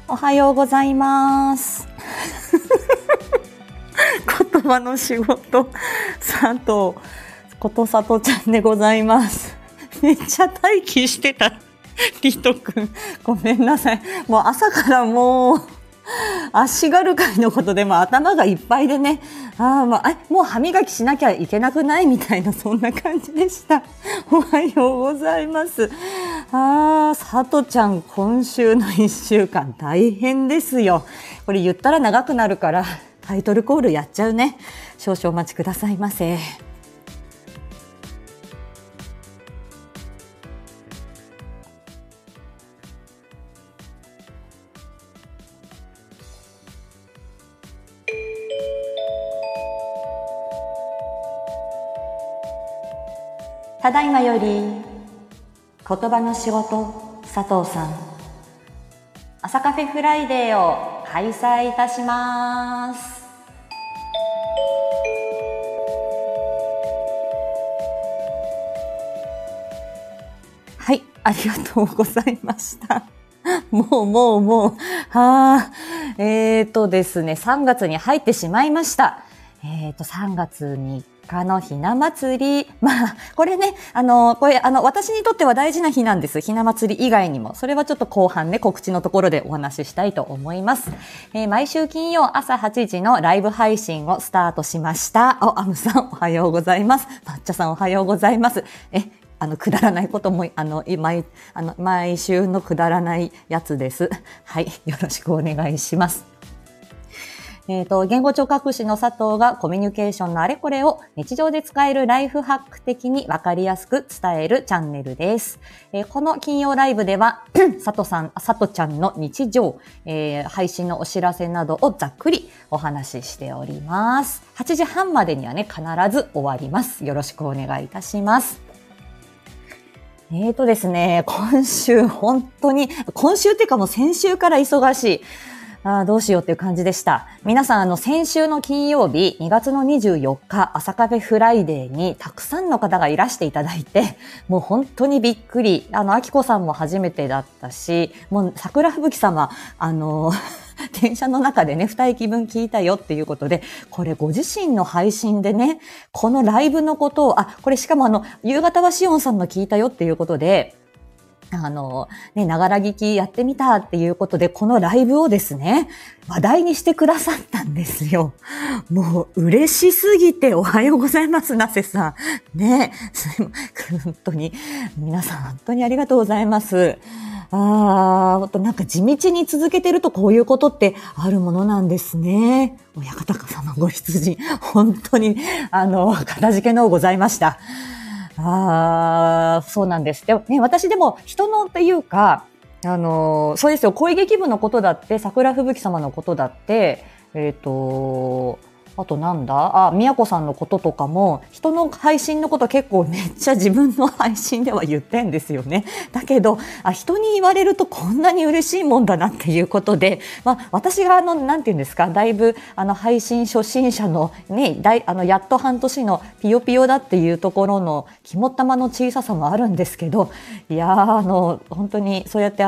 おはようございます。言葉の仕事、佐藤ことさとちゃんでございます。めっちゃ待機してた。リトくん、ごめんなさい。もう朝からもう、足軽会のことでも頭がいっぱいでね、もう歯磨きしなきゃいけなくないみたいな、そんな感じでした。おはようございます。さとちゃん、今週の1週間大変ですよ。これ言ったら長くなるからタイトルコールやっちゃうね。少々お待ちくださいませ。ただいまより言葉の仕事、佐藤さん、朝カフェフライデーを開催いたします。はい、ありがとうございました。もうですね、3月に入ってしまいました。3月3日のひな祭り。これね、私にとっては大事な日なんです。ひな祭り以外にも。それはちょっと後半ね、告知のところでお話ししたいと思います。毎週金曜朝8時のライブ配信をスタートしました。アムさんおはようございます。抹茶さんおはようございます。くだらないことも、毎週のくだらないやつです。はい、よろしくお願いします。言語聴覚士の佐藤がコミュニケーションのあれこれを日常で使えるライフハック的にわかりやすく伝えるチャンネルです。この金曜ライブでは佐藤ちゃんの日常、配信のお知らせなどをざっくりお話ししております。8時半までにはね、必ず終わります。よろしくお願いいたします。ですね、今週っていうかもう先週から忙しい。どうしようっていう感じでした。皆さん、先週の金曜日、2月の24日、朝カフェフライデーにたくさんの方がいらしていただいて、もう本当にびっくり。あきこさんも初めてだったし、もう桜吹雪様、電車の中でね、2駅分聞いたよっていうことで、これご自身の配信でね、このライブのことを、これしかも夕方はしおんさんの聞いたよっていうことで、ながら聞きやってみたっていうことで、このライブをですね、話題にしてくださったんですよ。もう嬉しすぎておはようございます、なせさん。ね、本当に、皆さん本当にありがとうございます。なんか地道に続けてるとこういうことってあるものなんですね。親方様ご出陣、本当に、かたじけのうございました。そうなんです。でもね、私でも人のっていうか、そうですよ、恋劇部のことだって、桜吹雪様のことだって、あとなんだ宮子さんのこととかも、人の配信のこと結構めっちゃ自分の配信では言ってんですよね。だけど、人に言われるとこんなに嬉しいもんだなっていうことで、私がなんていうんですか、だいぶ配信初心者のね、やっと半年のピヨピヨだっていうところの肝っ玉の小ささもあるんですけど、いや本当にそうやって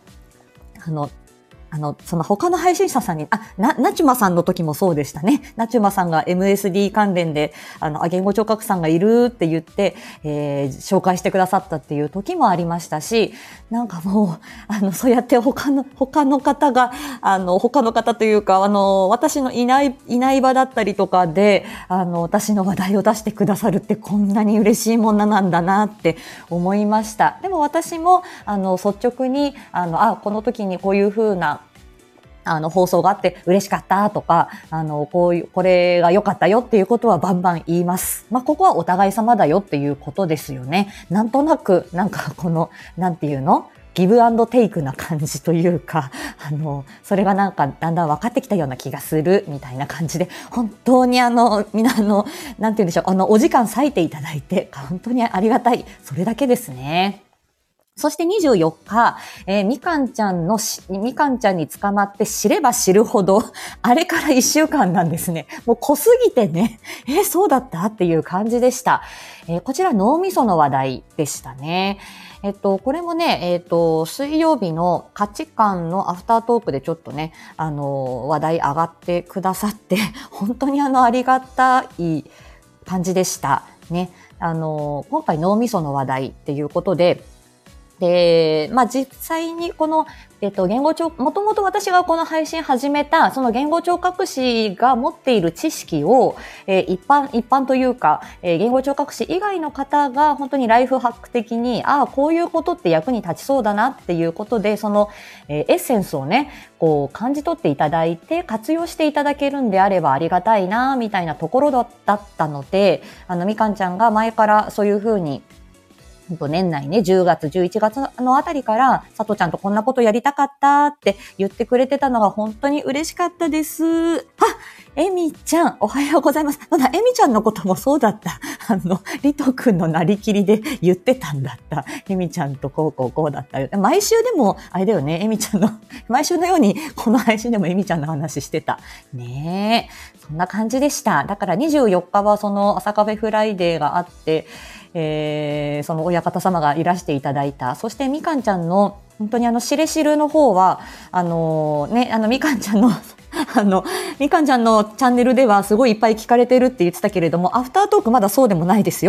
その他の配信者さんに、なちゅまさんの時もそうでしたね。なちゅまさんが MSD 関連で、言語聴覚さんがいるって言って、紹介してくださったっていう時もありましたし、なんかもう、そうやって他の方が、他の方というか、私のいない場だったりとかで、私の話題を出してくださるってこんなに嬉しいものなんだなって思いました。でも私も、率直に、この時にこういう風な、放送があって嬉しかったとか、これが良かったよっていうことはバンバン言います。ここはお互い様だよっていうことですよね。なんとなく、なんかなんていうの？ギブアンドテイクな感じというか、それがなんかだんだん分かってきたような気がするみたいな感じで、本当にみんななんて言うんでしょう、お時間割いていただいて、本当にありがたい。それだけですね。 そして24日、みかんちゃんに捕まって知れば知るほど、あれから1週間なんですね。もう濃すぎてね、そうだったっていう感じでした。こちら脳みその話題でしたね。これもね、水曜日の価値観のアフタートークでちょっとね、話題上がってくださって、本当にありがたい感じでしたね。今回脳みその話題っていうことで、実際にこの、言語聴、もともと私がこの配信始めた、その言語聴覚士が持っている知識を、一般というか、言語聴覚士以外の方が本当にライフハック的に、こういうことって役に立ちそうだなっていうことで、その、エッセンスをね、こう感じ取っていただいて、活用していただけるんであればありがたいな、みたいなところだったので、みかんちゃんが前からそういうふうに、年内ね、10月、11月のあたりから、さとちゃんとこんなことやりたかったって言ってくれてたのが本当に嬉しかったです。エミちゃん、おはようございます。エミちゃんのこともそうだった。リト君のなりきりで言ってたんだった。エミちゃんとこうだったよ。毎週でも、あれだよね、エミちゃんの、毎週のようにこの配信でもエミちゃんの話してた。ねえ、そんな感じでした。だから24日はその朝カフェフライデーがあって、その親方様がいらしていただいた。そしてみかんちゃんの、本当にしれしるの方は、みかんちゃんの、みかんちゃんのチャンネルではすごいいっぱい聞かれてるって言ってたけれども、アフタートークまだそうでもないですよ。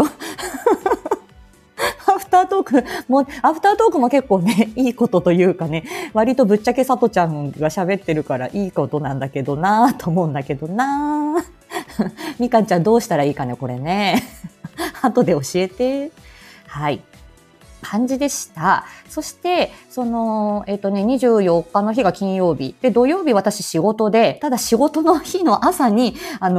アフタートークも結構ね、いいことというかね、割とぶっちゃけさとちゃんが喋ってるからいいことなんだけどなぁと思うんだけどなぁ。みかんちゃんどうしたらいいかね、これね。後で教えて。はい。感じでした。そして、24日の日が金曜日。で、土曜日私仕事で、ただ仕事の日の朝に、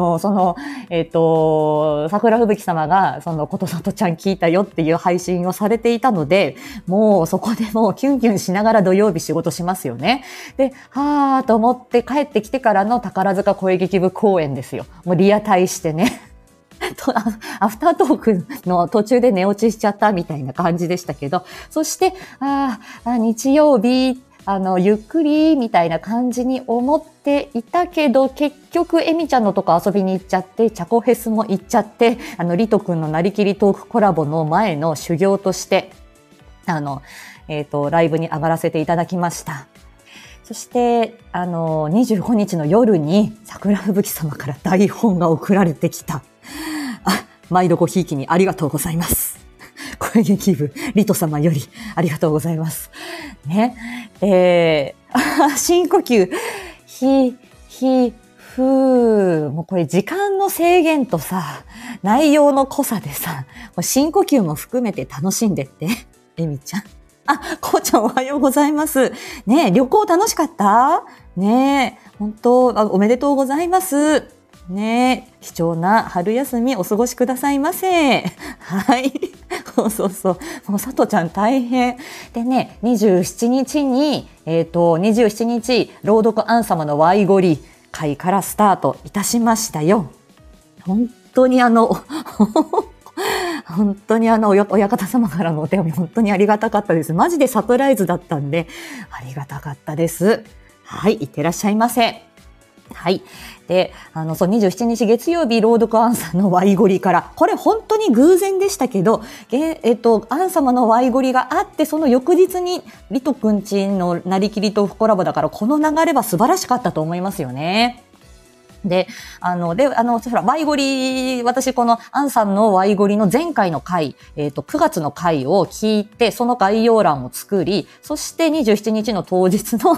桜吹雪様が、ことさとちゃん聞いたよっていう配信をされていたので、もうそこでもうキュンキュンしながら土曜日仕事しますよね。で、はーと思って帰ってきてからの宝塚声劇部公演ですよ。もうリアタイしてね。アフタートークの途中で寝落ちしちゃったみたいな感じでしたけど、そして、日曜日、ゆっくりみたいな感じに思っていたけど、結局、エミちゃんのとこ遊びに行っちゃって、チャコフェスも行っちゃって、リト君のなりきりトークコラボの前の修行として、ライブに上がらせていただきました。そして、25日の夜に桜吹雪様から台本が送られてきた。毎度ごひいきにありがとうございます。声劇部、リト様よりありがとうございます。ね。深呼吸、ふー。もうこれ時間の制限とさ、内容の濃さでさ、深呼吸も含めて楽しんでって、エミちゃん。こうちゃんおはようございます。ねえ、旅行楽しかった？ねえ、本当おめでとうございます。ねえ、貴重な春休みお過ごしくださいませ。はい。そう。もうさとちゃん大変。でね、27日に、27日、朗読アン様のワイゴリ会からスタートいたしましたよ。本当に本当に親方様からのお手紙本当にありがたかったです。マジでサプライズだったんで、ありがたかったです。はい、いってらっしゃいませ。はい。で、27日月曜日、朗読アンさんのワイゴリから、これ本当に偶然でしたけど、アン様のワイゴリがあって、その翌日に、リトくんちのなりきりとコラボだから、この流れは素晴らしかったと思いますよね。で、ワイゴリ、私このアンさんのワイゴリの前回の回、9月の回を聞いて、その概要欄を作り、そして27日の当日の、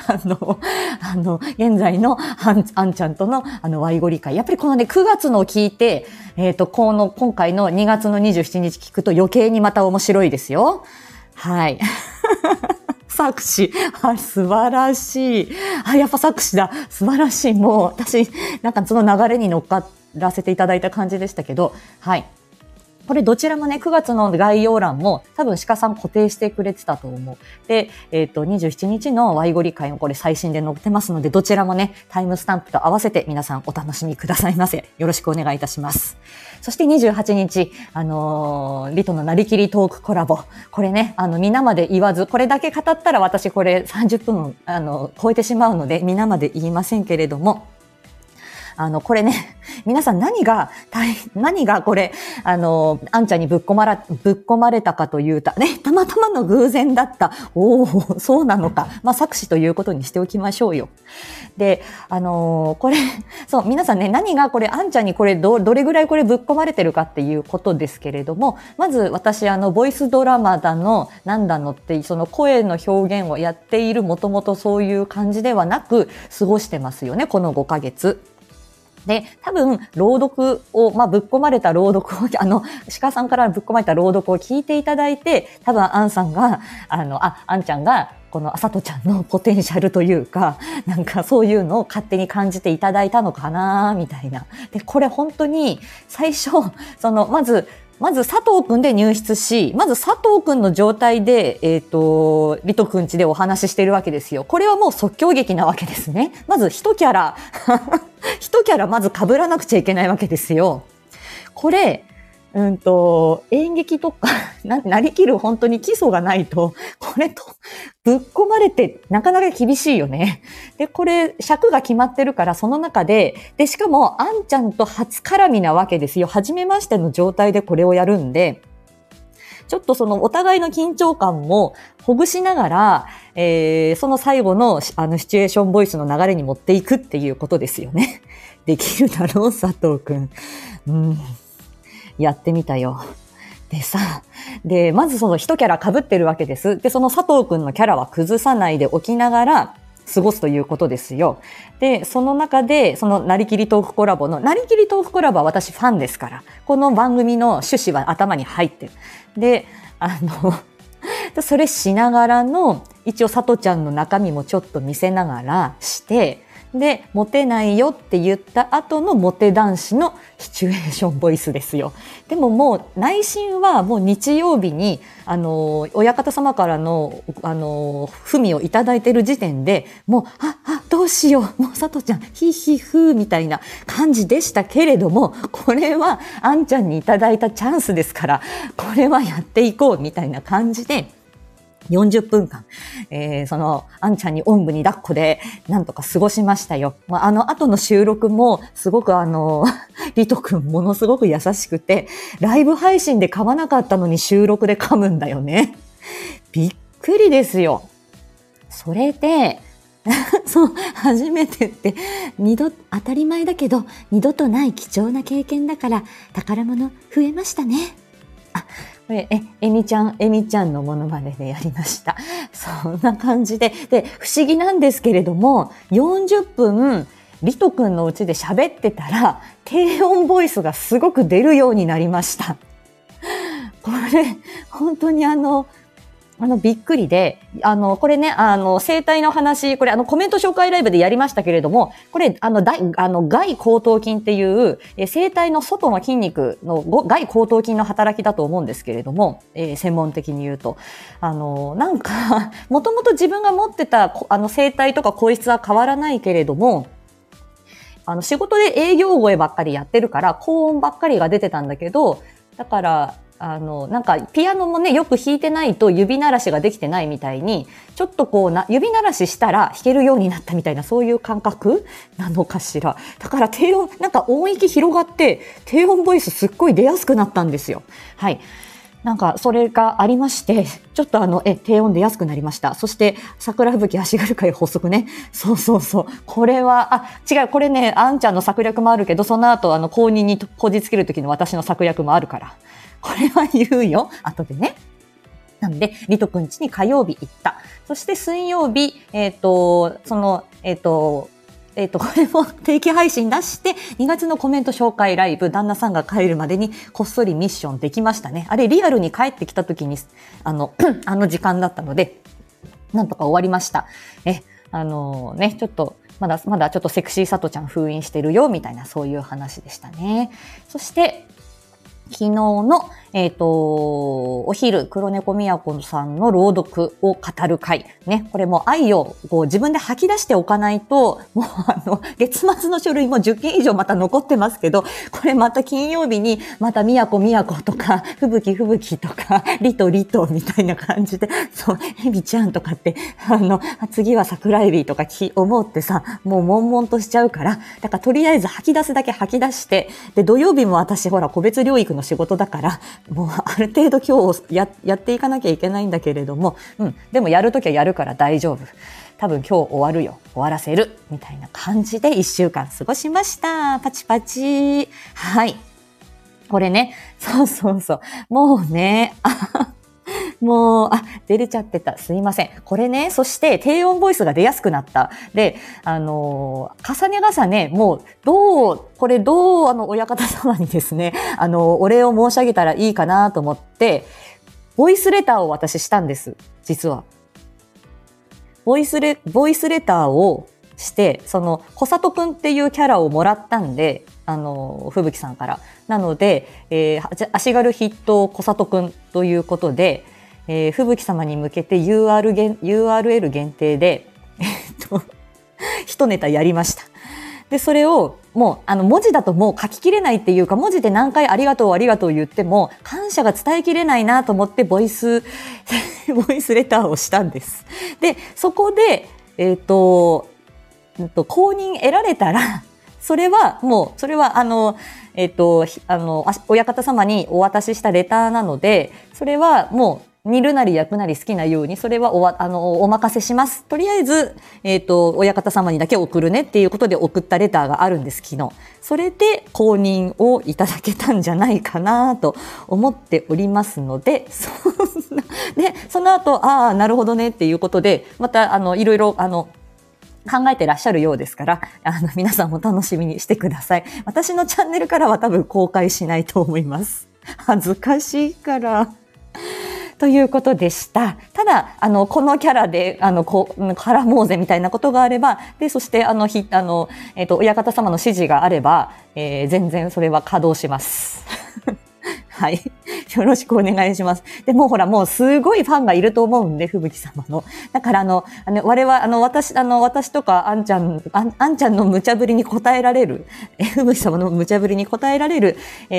現在のアンちゃんとのワイゴリ会。やっぱりこのね、9月のを聞いて、今回の2月の27日聞くと余計にまた面白いですよ。はい。作詞。素晴らしい。やっぱ作詞だ。素晴らしい。もう、私、なんかその流れに乗っからせていただいた感じでしたけど、はい。 これどちらもね、9月の概要欄も多分鹿さん固定してくれてたと思う。で、27日のワイゴリ会もこれ最新で載ってますので、どちらもね、タイムスタンプと合わせて皆さんお楽しみくださいませ。よろしくお願いいたします。そして28日、リトのなりきりトークコラボ。これね、皆まで言わず、これだけ語ったら私これ30分、超えてしまうので、皆まで言いませんけれども、これね、皆さん何がこれ、あんちゃんにぶっ込まれたかというと、ね、たまたまの偶然だった。おお、そうなのか。まあ、作詞ということにしておきましょうよ。で、これ、そう、皆さんね、何がこれ、あんちゃんにこれ、どれぐらいこれぶっ込まれてるかっていうことですけれども、まず私、ボイスドラマだの、なんだのって、その声の表現をやっている、もともとそういう感じではなく、過ごしてますよね、この5ヶ月。で、多分、朗読を、ぶっ込まれた朗読を、鹿さんからぶっ込まれた朗読を聞いていただいて、多分、あんさんが、あんちゃんが、このあさとちゃんのポテンシャルというか、なんかそういうのを勝手に感じていただいたのかな、みたいな。で、これ本当に、最初、まず佐藤くんで入室し、まず佐藤くんの状態で、リトくんちでお話ししてるわけですよ。これはもう即興劇なわけですね。まず一キャラまず被らなくちゃいけないわけですよ。これ、演劇とか、なりきる本当に基礎がないと、これと、ぶっ込まれてなかなか厳しいよね。で、これ、尺が決まってるから、その中で、しかも、あんちゃんと初絡みなわけですよ。初めましての状態でこれをやるんで、ちょっとそのお互いの緊張感もほぐしながら、その最後のシチュエーションボイスの流れに持っていくっていうことですよね。できるだろう、佐藤くん。やってみたよ。でさ、まずその一キャラ被ってるわけです。で、その佐藤くんのキャラは崩さないでおきながら過ごすということですよ。で、その中で、そのなりきりトークコラボは私ファンですから、この番組の趣旨は頭に入ってる。で、それしながらの、一応佐藤ちゃんの中身もちょっと見せながらして、で、モテないよって言った後のモテ男子のシチュエーションボイスですよ。でももう内心はもう日曜日に、親方様からの、文をいただいてる時点で、もう、どうしよう、もう佐藤ちゃん、ひふみたいな感じでしたけれども、これはあんちゃんにいただいたチャンスですから、これはやっていこうみたいな感じで、40分間、あんちゃんにおんぶに抱っこで、なんとか過ごしましたよ。後の収録も、すごくリトくんものすごく優しくて、ライブ配信で噛まなかったのに収録で噛むんだよね。びっくりですよ。それで、初めてって、当たり前だけど、二度とない貴重な経験だから、宝物増えましたね。これ、えみちゃんのモノマネでやりました。そんな感じで。で、不思議なんですけれども、40分、リトくんのうちで喋ってたら、低音ボイスがすごく出るようになりました。これ、本当にびっくりで、これね、声帯の話、これコメント紹介ライブでやりましたけれども、これ、外後頭筋っていう、声帯の外の筋肉の外後頭筋の働きだと思うんですけれども、専門的に言うと。なんか、もともと自分が持ってた、声帯とか声質は変わらないけれども、仕事で営業声ばっかりやってるから、高音ばっかりが出てたんだけど、だから、なんか、ピアノもね、よく弾いてないと指鳴らしができてないみたいに、ちょっと指鳴らししたら弾けるようになったみたいな、そういう感覚なのかしら。だから低音、なんか音域広がって、低音ボイスすっごい出やすくなったんですよ。はい。なんか、それがありまして、ちょっと低音出やすくなりました。そして、桜吹雪足軽会発足ね。そう。これは、違う、これね、あんちゃんの策略もあるけど、その後、公認にこじつける時の私の策略もあるから。これは言うよ。後でね。なので、リトくん家に火曜日行った。そして水曜日、これも定期配信出して、2月のコメント紹介ライブ、旦那さんが帰るまでにこっそりミッションできましたね。あれ、リアルに帰ってきた時に、時間だったので、なんとか終わりました。ちょっと、まだちょっとセクシーさとちゃん封印してるよ、みたいな、そういう話でしたね。そして、 昨日の、お昼、黒猫みやこさんの朗読を語る会。ね、これも愛をこう自分で吐き出しておかないと、もう月末の書類も10件以上また残ってますけど、これまた金曜日に、またみやこみやことか、ふぶきふぶきとか、りとりとみたいな感じで、そう、へびちゃんとかって、次は桜エビとか思ってさ、もう悶々としちゃうから、だからとりあえず吐き出すだけ吐き出して、で、土曜日も私ほら個別療育の仕事だから、もうある程度今日やっていかなきゃいけないんだけれども、でもやるときはやるから大丈夫。多分今日終わるよ。終わらせる。みたいな感じで1週間過ごしました。パチパチ。はい。これね、そう。もうね、出れちゃってた。すいません。これね、そして低音ボイスが出やすくなった。で、重ね重ね、もう、これ親方様にですね、お礼を申し上げたらいいかなと思って、ボイスレターを私したんです。実は。ボイスレターをして、小里くんっていうキャラをもらったんで、ふぶきさんから。なので、足軽筆頭小里くんということで、ふぶき様に向けて URL 限定で、一ネタやりました。で、それをもう、文字だともう書ききれないっていうか、文字で何回ありがとう言っても、感謝が伝えきれないなと思ってボイスレターをしたんです。で、そこで、公認得られたら、それは、親方様にお渡ししたレターなので、それはもう、煮るなり焼くなり好きなように、それはお任せします。とりあえず、親方様にだけ送るねっていうことで送ったレターがあるんです、昨日。それで公認をいただけたんじゃないかなと思っておりますので、その後、なるほどねっていうことで、また、いろいろ、考えてらっしゃるようですから、皆さんも楽しみにしてください。私のチャンネルからは多分公開しないと思います。恥ずかしいから。ということでした。ただ、このキャラで、絡もうぜみたいなことがあれば、で、そして、親方様の指示があれば、全然それは稼働します。はい。よろしくお願いします。で、もうほら、もうすごいファンがいると思うんで、ふぶき様の。だから私とかあんちゃんの無茶ぶりに答えられる、ふぶき様の無茶ぶりに答えられる、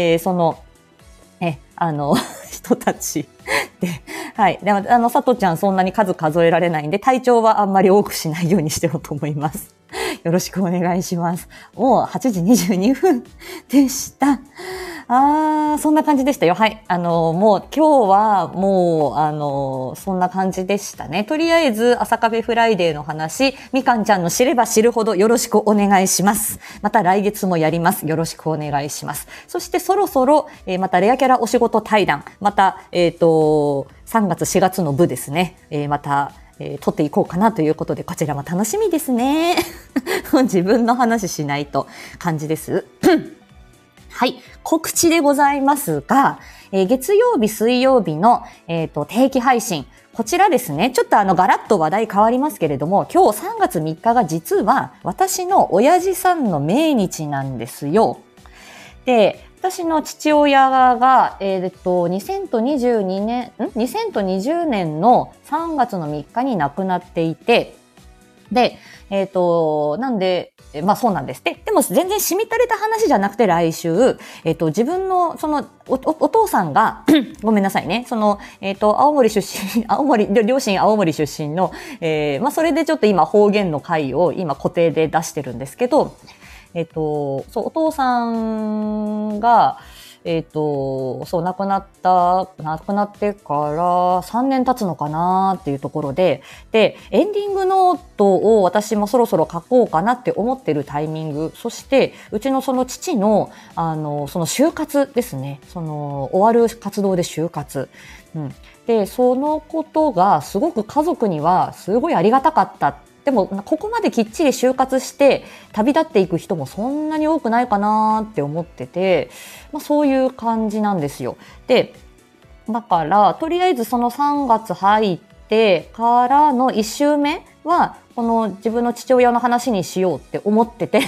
人たちで、はい。でも、佐藤ちゃんそんなに数えられないんで、体調はあんまり多くしないようにしてようと思います。よろしくお願いします。もう8時22分でした。そんな感じでしたよ。はい。もう今日はもう、そんな感じでしたね。とりあえず、朝カフェフライデーの話、みかんちゃんの知れば知るほどよろしくお願いします。また来月もやります。よろしくお願いします。そしてそろそろ、またレアキャラお仕事対談、また、3月4月の部ですね。また、撮っていこうかなということで、こちらも楽しみですね。自分の話しないと感じです。はい。告知でございますが、月曜日、水曜日の、定期配信。こちらですね、ちょっとガラッと話題変わりますけれども、今日3月3日が実は私の親父さんの命日なんですよ。で、私の父親が、2020年の3月の3日に亡くなっていて、で、なんで、そうなんですって。でも全然しみたれた話じゃなくて来週、自分の、お父さんが、ごめんなさいね、青森出身、両親青森出身の、それでちょっと今方言の回を今固定で出してるんですけど、お父さんが、亡くなってから3年経つのかなっていうところで、エンディングノートを私もそろそろ書こうかなって思ってるタイミング、そして、うちのその父の、就活ですね。終わる活動で就活。で、そのことがすごく家族にはすごいありがたかった。でも、ここまできっちり就活して旅立っていく人もそんなに多くないかなって思ってて、そういう感じなんですよ。で、だから、とりあえずその3月入ってからの1週目は、この自分の父親の話にしようって思ってて、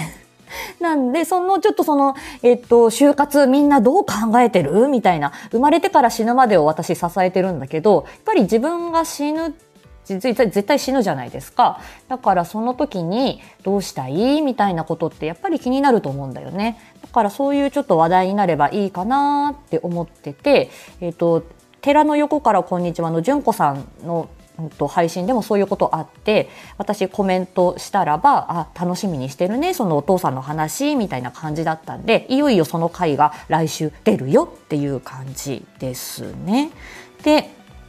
なんで、ちょっと就活みんなどう考えてるみたいな、生まれてから死ぬまでを私支えてるんだけど、やっぱり自分が死ぬ、絶対死ぬじゃないですか。だからその時にどうしたいみたいなことってやっぱり気になると思うんだよね。だからそういうちょっと話題になればいいかなって思ってて、寺の横からこんにちはの純子さんの配信でもそういうことあって、私コメントしたらば、楽しみにしてるね、そのお父さんの話みたいな感じだったんで、いよいよその回が来週出るよっていう感じですね。で、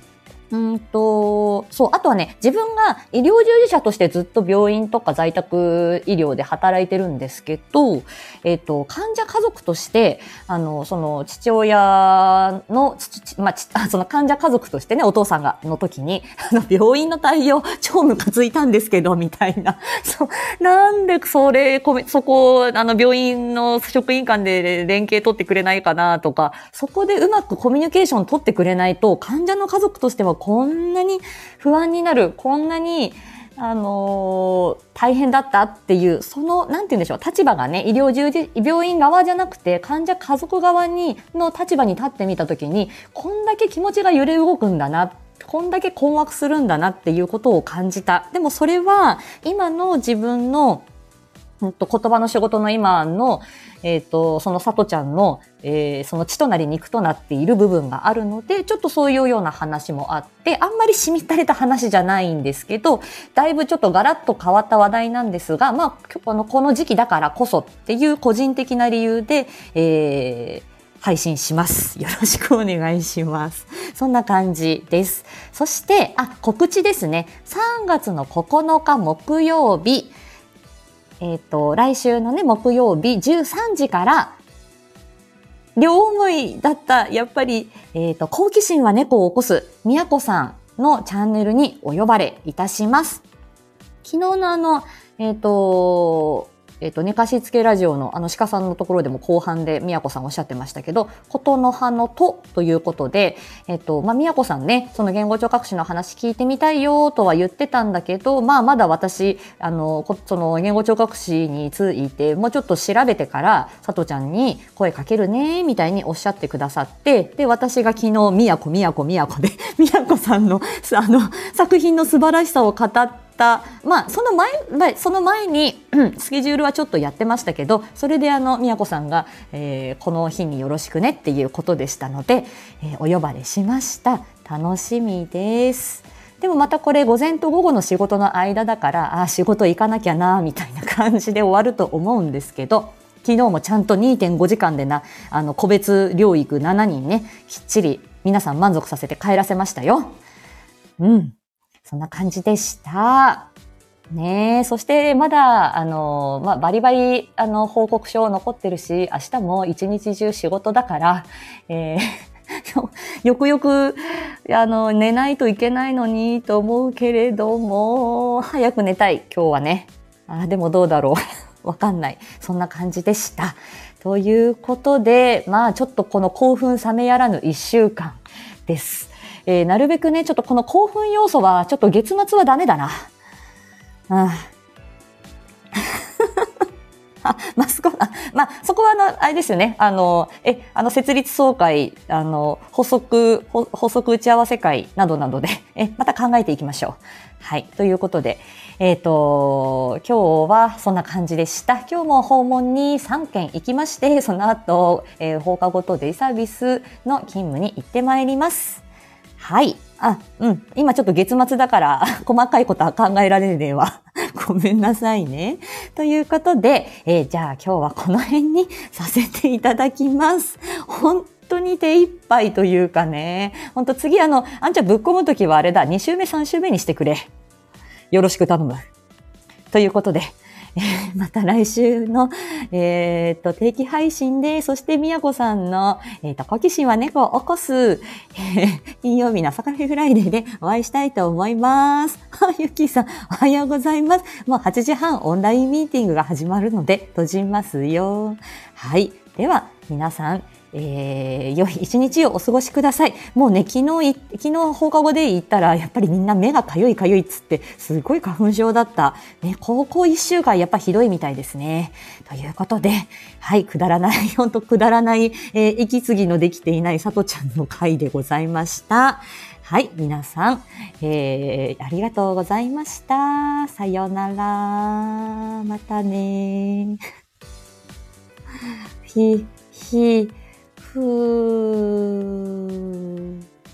そう、あとはね、自分が医療従事者としてずっと病院とか在宅医療で働いてるんですけど、患者家族として、その父親の、その患者家族としてね、お父さんの時に、病院の対応、超ムカついたんですけど、みたいな。そう、なんでそこ、病院の職員間で連携取ってくれないかなとか、そこでうまくコミュニケーション取ってくれないと、患者の家族としてはこんなに不安になる、こんなに、大変だったっていう、なんて言うんでしょう、立場がね、病院側じゃなくて、患者家族側の立場に立ってみたときに、こんだけ気持ちが揺れ動くんだな、こんだけ困惑するんだなっていうことを感じた。でもそれは、今の自分の、言葉の仕事の今の、そのさとちゃんの、その血となり肉となっている部分があるので、ちょっとそういうような話もあって、あんまりしみったれた話じゃないんですけど、だいぶちょっとガラッと変わった話題なんですが、この時期だからこそっていう個人的な理由で、配信します。よろしくお願いします。そんな感じです。そして、告知ですね。3月の9日木曜日、来週のね、木曜日13時から、両思いだった、やっぱり、好奇心は猫を起こす、みやこさんのチャンネルにお呼ばれいたします。昨日の寝かしつけラジオの鹿さんのところでも後半でみやこさんおっしゃってましたけど、ことの葉のということで、みやこさんね、その言語聴覚士の話聞いてみたいよとは言ってたんだけど、まだ私、その言語聴覚士についてもうちょっと調べてから、さとちゃんに声かけるね、みたいにおっしゃってくださって、で、私が昨日、みやこで、みやこさんの、作品の素晴らしさを語って、その前に、スケジュールはちょっとやってましたけど、それでみやこさんが、この日によろしくねっていうことでしたので、お呼ばれしました。楽しみです。でもまたこれ午前と午後の仕事の間だから、仕事行かなきゃな、みたいな感じで終わると思うんですけど、昨日もちゃんと 2.5 時間で個別療育7人ね、きっちり皆さん満足させて帰らせましたよ。そんな感じでした。ねえ、そしてまだ、バリバリ、報告書残ってるし、明日も一日中仕事だから、よくよく、寝ないといけないのにと思うけれども、早く寝たい、今日はね。でもどうだろう。わかんない。そんな感じでした。ということで、ちょっとこの興奮冷めやらぬ1週間です。なるべくね、ちょっとこの興奮要素は、ちょっと月末はダメだな。そこはあれですよね。設立総会、補足打ち合わせ会などなどで、また考えていきましょう。はい。ということで、今日はそんな感じでした。今日も訪問に3件行きまして、その後、放課後とデイサービスの勤務に行ってまいります。はい。今ちょっと月末だから細かいことは考えられねえわ。ごめんなさいね。ということで、じゃあ今日はこの辺にさせていただきます。本当に手一杯というかね。本当次あんちゃんぶっ込むときはあれだ。2週目3週目にしてくれ。よろしく頼む。ということで、また来週の、定期配信で、そしてみやこさんの、好奇心は猫を起こす、金曜日の朝カフェフライデーでお会いしたいと思います。ゆきさん、おはようございます。もう8時半オンラインミーティングが始まるので閉じますよ。はい。では、皆さん、 良い一日をお過ごしください。もうね、昨日放課後で行ったら、やっぱりみんな目がかゆいっつって、すごい花粉症だった。ね、ここ1週間やっぱひどいみたいですね。ということで、はい、くだらない、ほんとくだらない、息継ぎのできていないさとちゃんの回でございました。はい、皆さん、ありがとうございました。さようなら。またね。ふー。